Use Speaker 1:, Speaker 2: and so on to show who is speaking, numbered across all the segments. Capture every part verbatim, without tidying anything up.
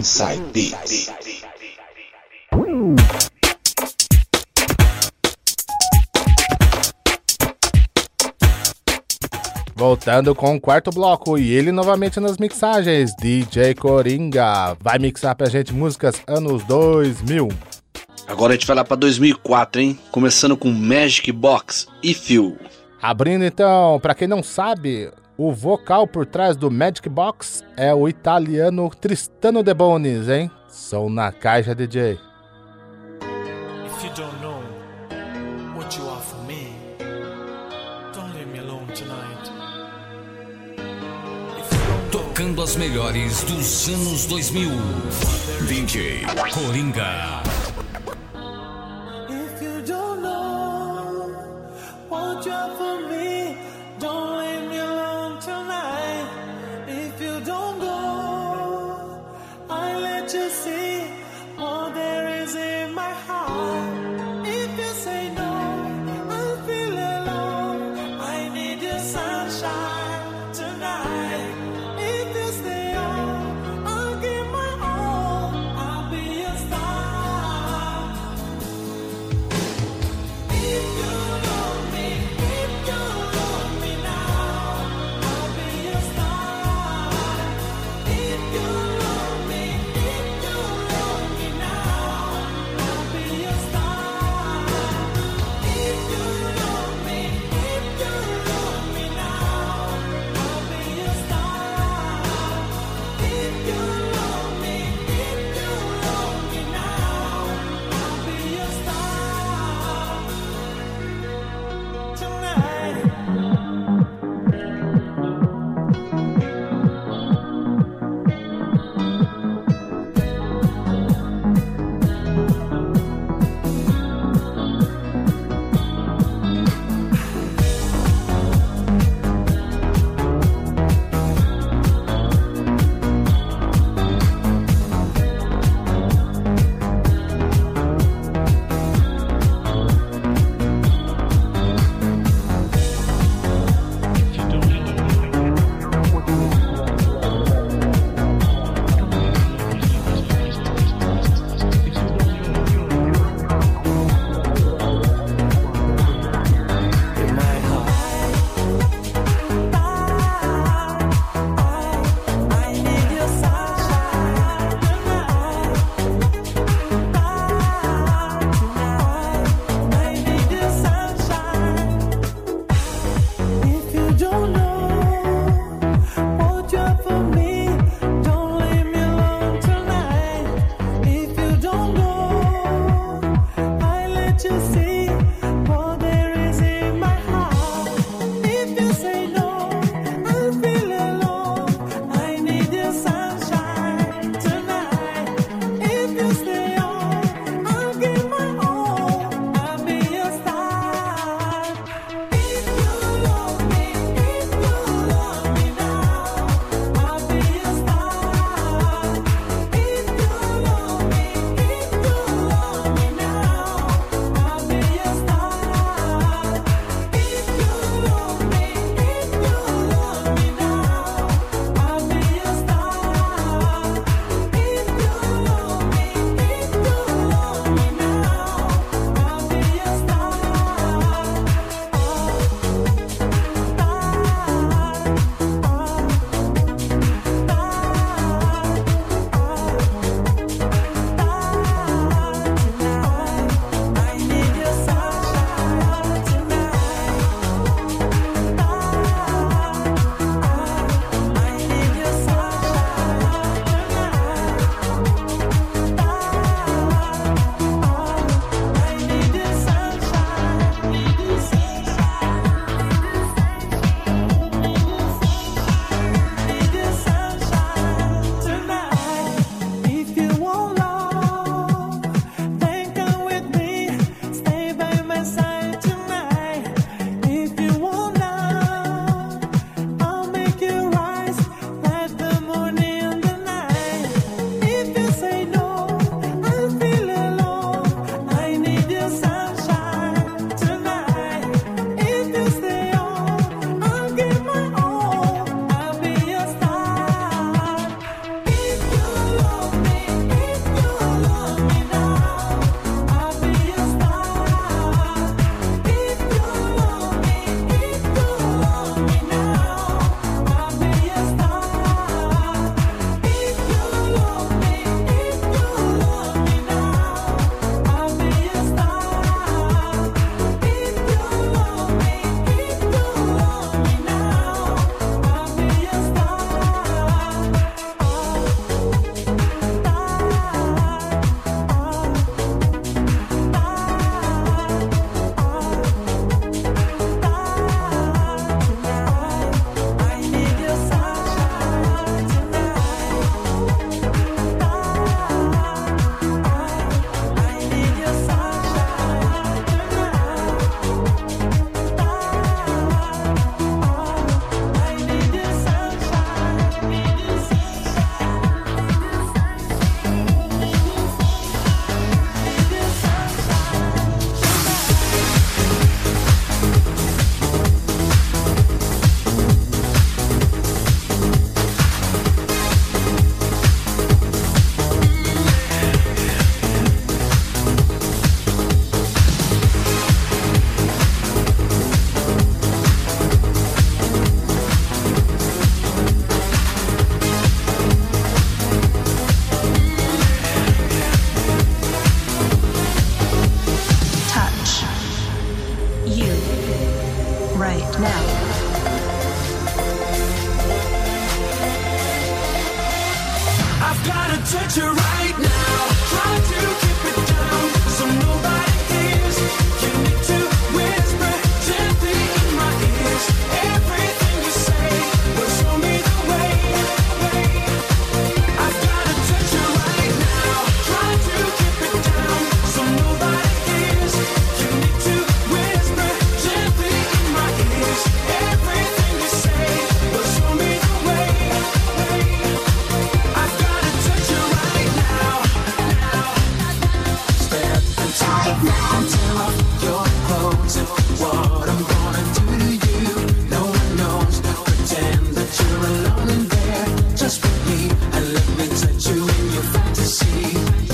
Speaker 1: Inside Beats.
Speaker 2: Voltando com o quarto bloco e ele novamente nas mixagens, D J Coringa vai mixar pra gente músicas anos dois mil.
Speaker 3: Agora a gente vai lá pra dois mil e quatro, hein? Começando com Magic Box, If You.
Speaker 2: Abrindo então, pra quem não sabe, o vocal por trás do Magic Box é o italiano Tristano De Bonis, hein? Som na caixa, D J.
Speaker 4: If you don't know what you are for me, don't leave me alone tonight.
Speaker 5: Tocando as melhores dos anos dois mil. D J Coringa.
Speaker 4: If you don't know what you are for me, don't leave me alone tonight. If you don't go, I let you see what there is in my heart. If you say no, I feel alone. I need your sunshine tonight. If you stay on, I'll give my all. I'll be a star. If you love me, if you
Speaker 1: you right now.
Speaker 4: I've gotta touch you right now. Try to keep it down so nobody hears. You need to whisper gently in my ears. Everything you say will show me the way. I've gotta touch you right now. Try to keep it down so nobody hears. You need to whisper gently in my ears. Everything you say will show me the way. I've gotta touch you right now, now. Step inside until your clothes. What I'm gonna do to you, no one knows. Pretend that you're alone in there, just with me, and let me touch you in your fantasy.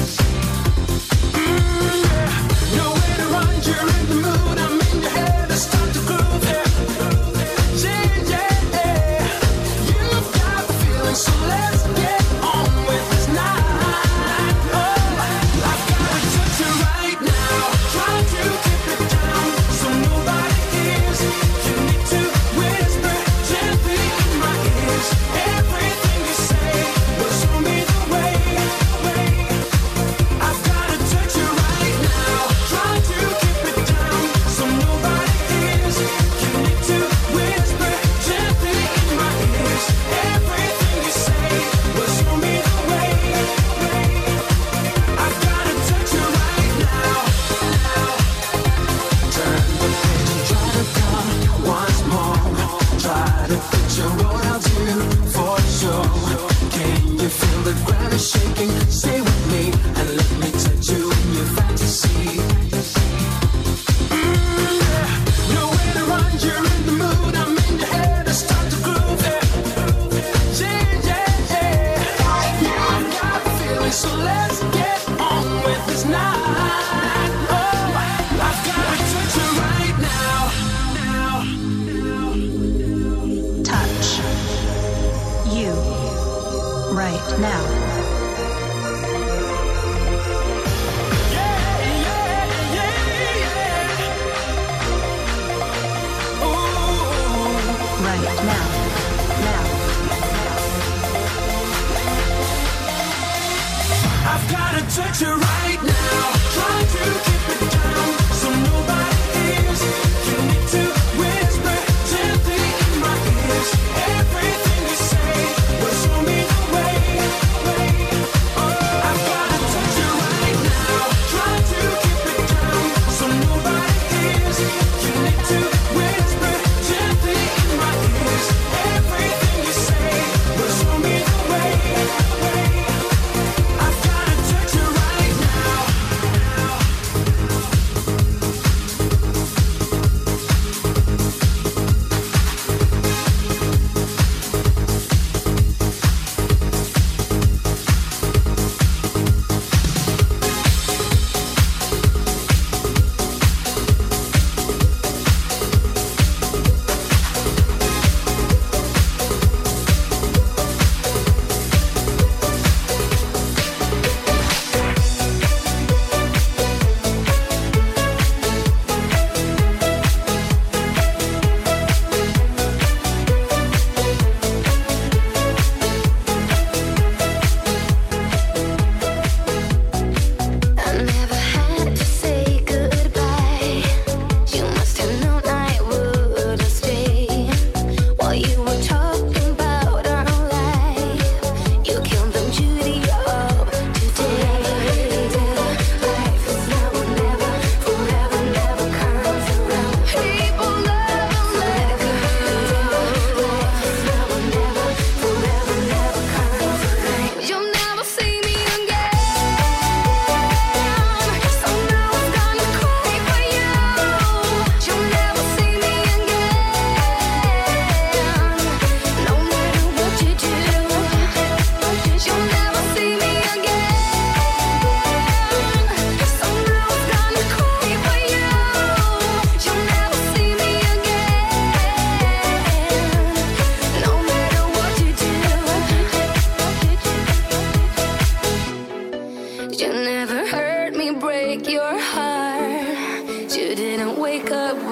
Speaker 4: Mm, yeah. Nowhere to run, you're in the mood. I'm in your head, let's start to groove, yeah. Yeah, yeah, yeah. You've got the feeling, so let's get on with this night. Oh, I've gotta touch you right now. Try to keep it down so nobody hears. You need to whisper gently in my ears. Everything you say will show me the way. I've gotta touch you right now. Try to keep it down so nobody hears. You need to whisper gently in my ears. Everything you say will show me the way. I've gotta touch you right now. Turn the page and try to come once more. Try to picture what I'll do for sure. Can you feel the ground is shaking? Stay with me and let me touch you in your fantasy. Mm, yeah. Nowhere to run, you're in the mood. I'm in your head, let's start to groove, yeah. Yeah, yeah, yeah. I've got the feeling, so let's get on with this night. Oh, I've gotta touch you right now, now.
Speaker 1: Touch you right now.
Speaker 4: Yeah, yeah, yeah, yeah. Ooh.
Speaker 1: Right now. Now.
Speaker 4: I've gotta touch you right now. Try to keep it down so nobody hears. You need to whisper gently in my ears. Everything you say will show me the way. I've gotta touch you right now. Try to keep it down so nobody hears. You need to whisper gently in my ears. Everything you say will show me the way. I've gotta touch you right now.
Speaker 6: You'll never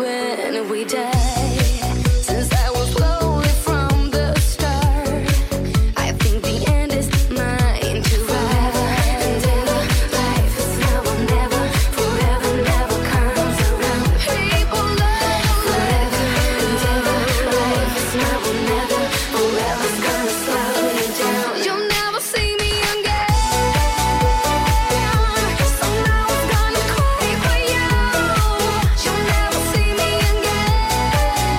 Speaker 6: when we die. Since I was lonely from the start, I think the end is mine to ride. And ever, life is now or never. Forever never comes around. People love forever and ever. Life is now or never. Forever's gonna slow me down. You'll never see me again. So now I'm gonna cry for you. You'll never see me again.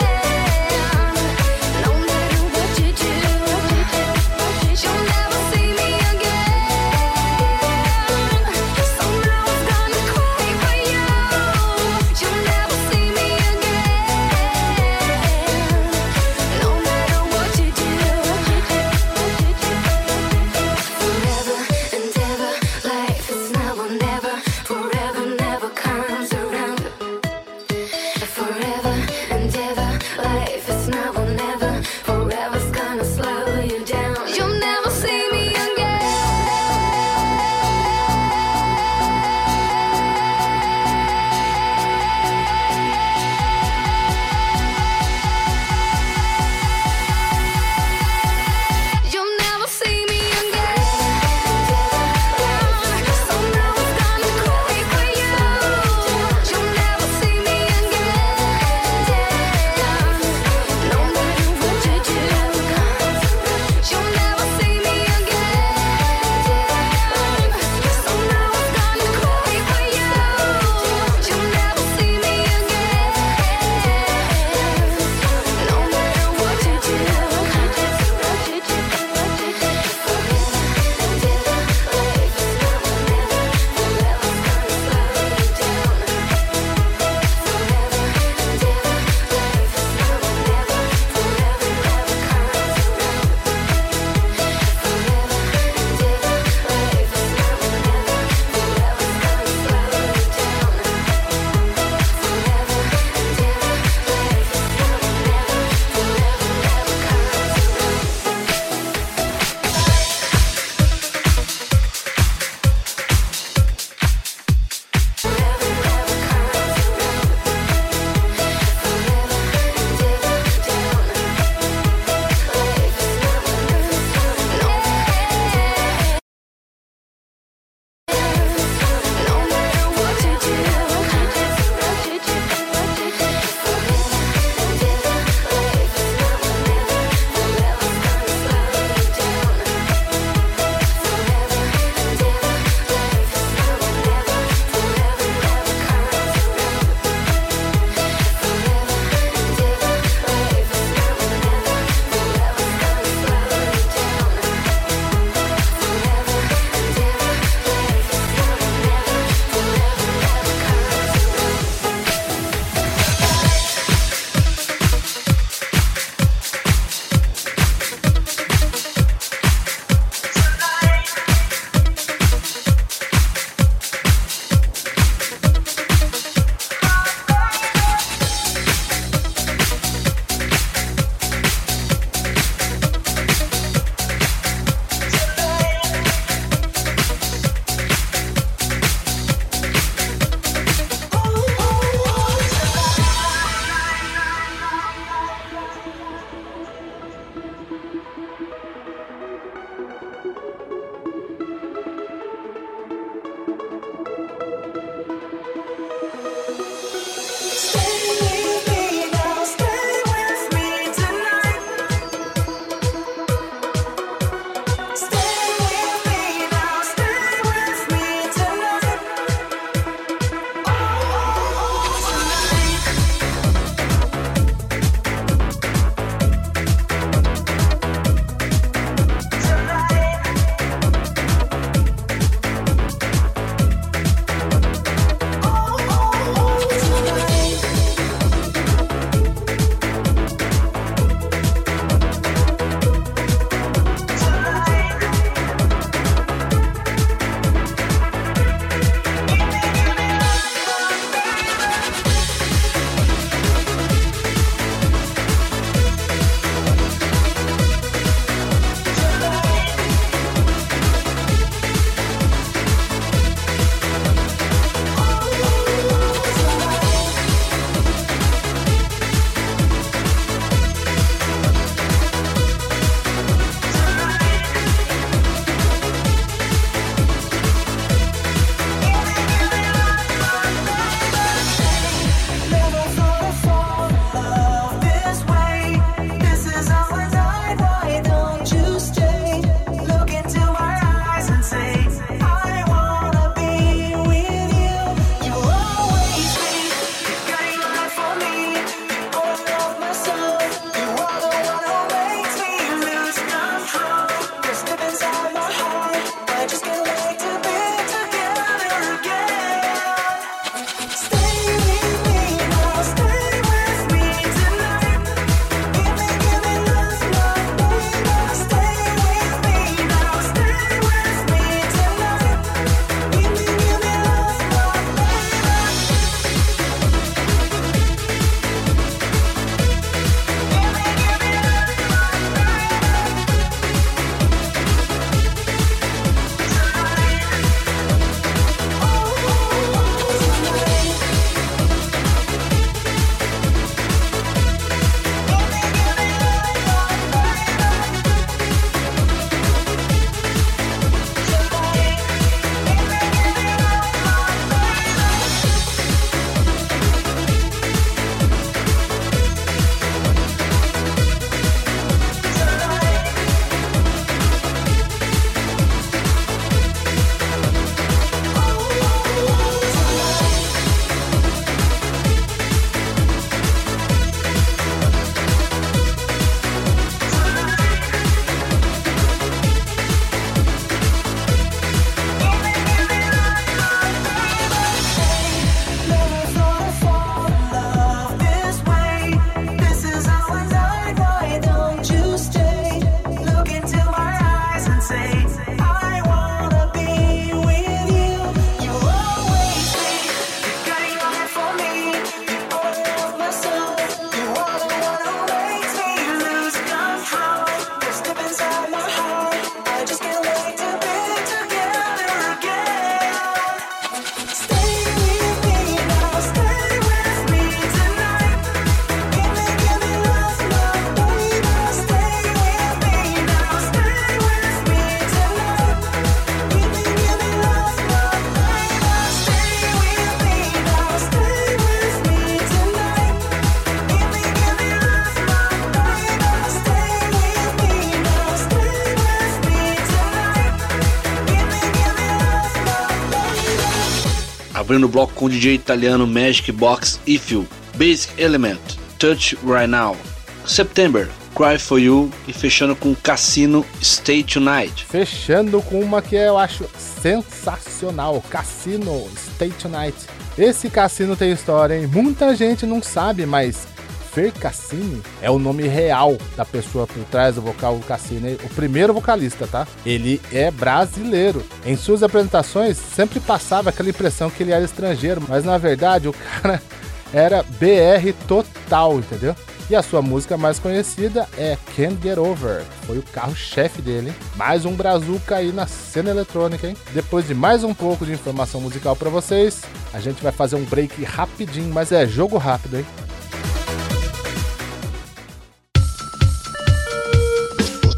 Speaker 3: Abrindo o bloco com o D J italiano Magic Box If You, Basic Element, Touch Right Now, September, Cry For You e fechando com Cassino, Stay Tonight.
Speaker 2: Fechando com uma que eu acho sensacional, Cassino, Stay Tonight. Esse Cassino tem história, hein? Muita gente não sabe, mas Fer Cassini é o nome real da pessoa por trás do vocal do Cassini, o primeiro vocalista, tá? Ele é brasileiro. Em suas apresentações sempre passava aquela impressão que ele era estrangeiro, mas na verdade o cara era B R total, entendeu? E a sua música mais conhecida é Can't Get Over, foi o carro-chefe dele. Mais um brazuca aí na cena eletrônica, hein? Depois de mais um pouco de informação musical pra vocês, a gente vai fazer um break rapidinho, mas é jogo rápido, hein?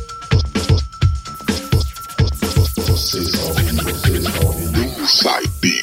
Speaker 7: Vocês estão ouvindo, vocês estão ouvindo Inside Beat.